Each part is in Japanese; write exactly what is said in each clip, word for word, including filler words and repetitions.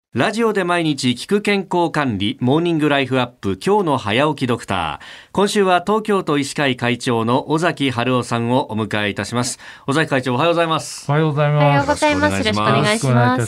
ラジオで毎日聞く健康管理モーニングライフアップ、今日の早起きドクター。今週は東京都医師会会長の尾崎治夫さんをお迎えいたします。尾崎会長、おはようございます。 おはようございます。 おはようございます。よろしくお願いします。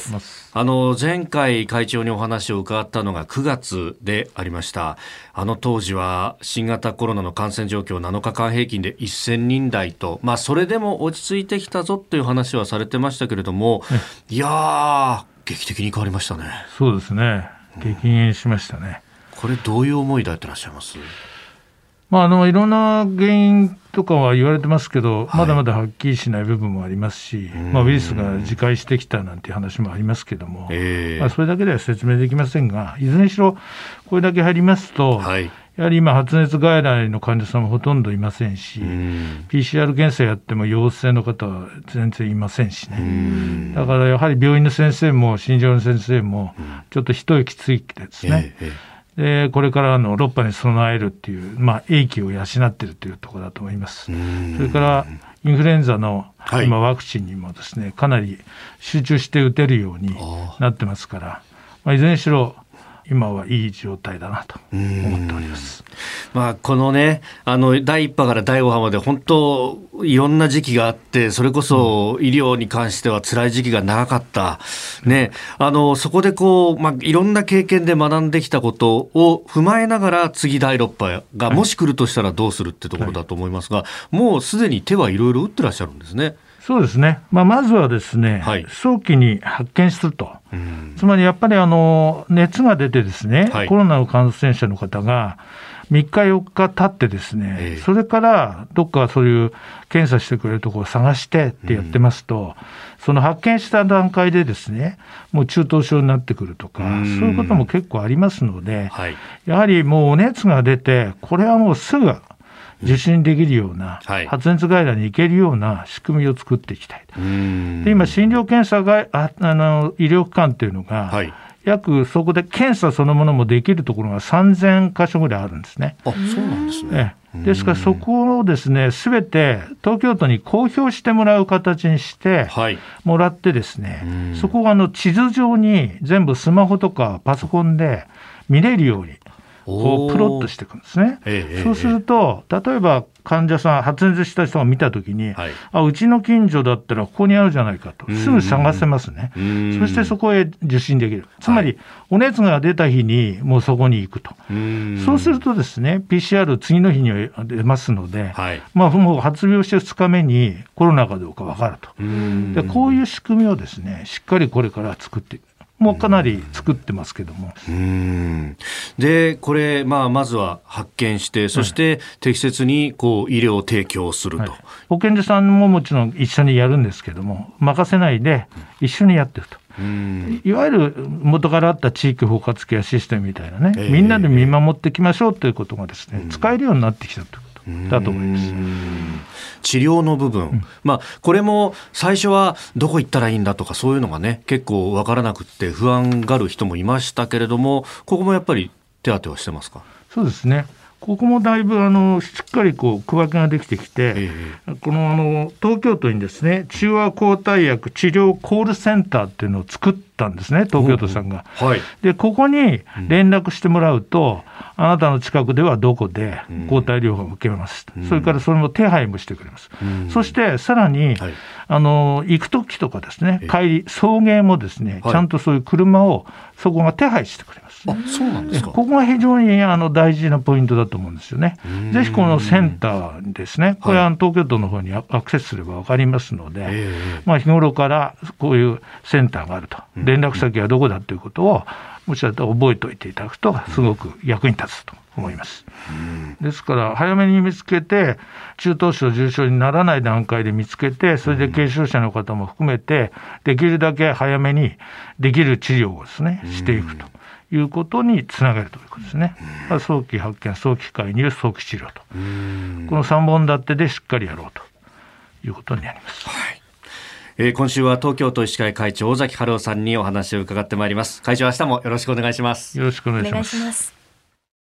あの前回会長にお話を伺ったのがくがつでありました。あの当時は新型コロナの感染状況なのかかん平均でせんにん台と、まあそれでも落ち着いてきたぞという話はされてましたけれども、いやー劇的に変わりましたね。 そうですね、激減しましたね、 うん、これどういう思い抱いてらっしゃいます？ まあ、あのいろんな原因とかは言われてますけど、はい、まだまだはっきりしない部分もありますし、まあ、ウイルスが自壊してきたなんていう話もありますけども、えーまあ、それだけでは説明できませんが、いずれにしろこれだけ入りますと、はい、やはり今発熱外来の患者さんもほとんどいませんし、ピーシーアール 検査やっても陽性の方は全然いませんしね。だからやはり病院の先生も診療の先生もちょっと一息ついてですね、えーえーでこれからのろっぱに備えるっていう、まあ、英気を養っているというところだと思います。それからインフルエンザの今ワクチンにもですね、はい、かなり集中して打てるようになってますから、まあ、いずれにしろ今はいい状態だなと思っております。 まあ、このね、あのだいいっ波からだいご波まで本当いろんな時期があって、それこそ医療に関しては辛い時期が長かった、ね、あのそこでこう、まあ、いろんな経験で学んできたことを踏まえながら次だいろっ波がもし来るとしたらどうするってところだと思いますが、はい、もうすでに手はいろいろ打ってらっしゃるんですね。 そうですね、まあ、まずはですね、はい、早期に発見すると、つまりやっぱりあの熱が出てですね、はい、コロナの感染者の方がみっかよっか経ってですね、えー、それからどっかそういう検査してくれるところを探してってやってますと、うん、その発見した段階でですね、もう中等症になってくるとか、うん、そういうことも結構ありますので、はい、やはりもうお熱が出て、これはもうすぐ受診できるような、うんはい、発熱外来に行けるような仕組みを作っていきたい。で今診療検査が あ, あの医療機関というのが、はい、約そこで検査そのものもできるところがさんぜんかしょぐらいあるんですね。 あ、そうなんですね。 ですからそこをですね、すべて東京都に公表してもらう形にしてもらってですね、はい、そこがあの地図上に全部スマホとかパソコンで見れるようにこうプロットしていくんですね、ええ、そうすると例えば患者さん発熱した人が見たときに、はい、あうちの近所だったらここにあるじゃないかとすぐ探せますね。そしてそこへ受診できる。つまり、はい、お熱が出た日にもうそこに行くと。そうするとですね ピーシーアール 次の日には出ますので、はい、まあ、もう発病してふつかめにコロナかどうか分かると。でこういう仕組みをですねしっかりこれから作っていく。もうかなり作ってますけども、 うーんでこれ、まあ、まずは発見して、そして適切にこう医療提供すると、はい、 保健所さんももちろん一緒にやるんですけども、任せないで一緒にやってると。うんいわゆる元からあった地域包括ケアシステムみたいなね、えー、みんなで見守っていきましょうということがですね、使えるようになってきたということだと思います。 治療の部分、うんまあ、これも最初はどこ行ったらいいんだとかそういうのがね結構分からなくって不安がる人もいましたけれども、ここもやっぱり手当てはしてますか？ そうですね、ここもだいぶあのしっかりこう区分けができてきて、ええ、このあの東京都にですね中和抗体薬治療コールセンターっていうのを作ったんですね、東京都さんが、はい、でここに連絡してもらうと、うん、あなたの近くではどこで抗体療法を受けます、うん、それからそれも手配もしてくれます、うん、そしてさらに、はい、あの行くときとかですね帰り送迎もですね、はい、ちゃんとそういう車をそこが手配してくれます。 あ、そうなんですか。 ここが非常にあの大事なポイントだと思うんですよね。ぜひこのセンターにですね、これは東京都の方にアクセスすれば分かりますので、はいまあ、日頃からこういうセンターがあると、連絡先はどこだということをもしあったら覚えておいていただくとすごく役に立つと思います。ですから早めに見つけて、中等症重症にならない段階で見つけて、それで軽症者の方も含めてできるだけ早めにできる治療をですねしていくということにつながるということですね。早期発見、早期介入、早期治療と、このさんぼん立てでしっかりやろうということになります。 はいえー、今週は東京都医師会会長尾崎治夫さんにお話を伺ってまいります。会長、明日もよろしくお願いします。 よろしくお願いします。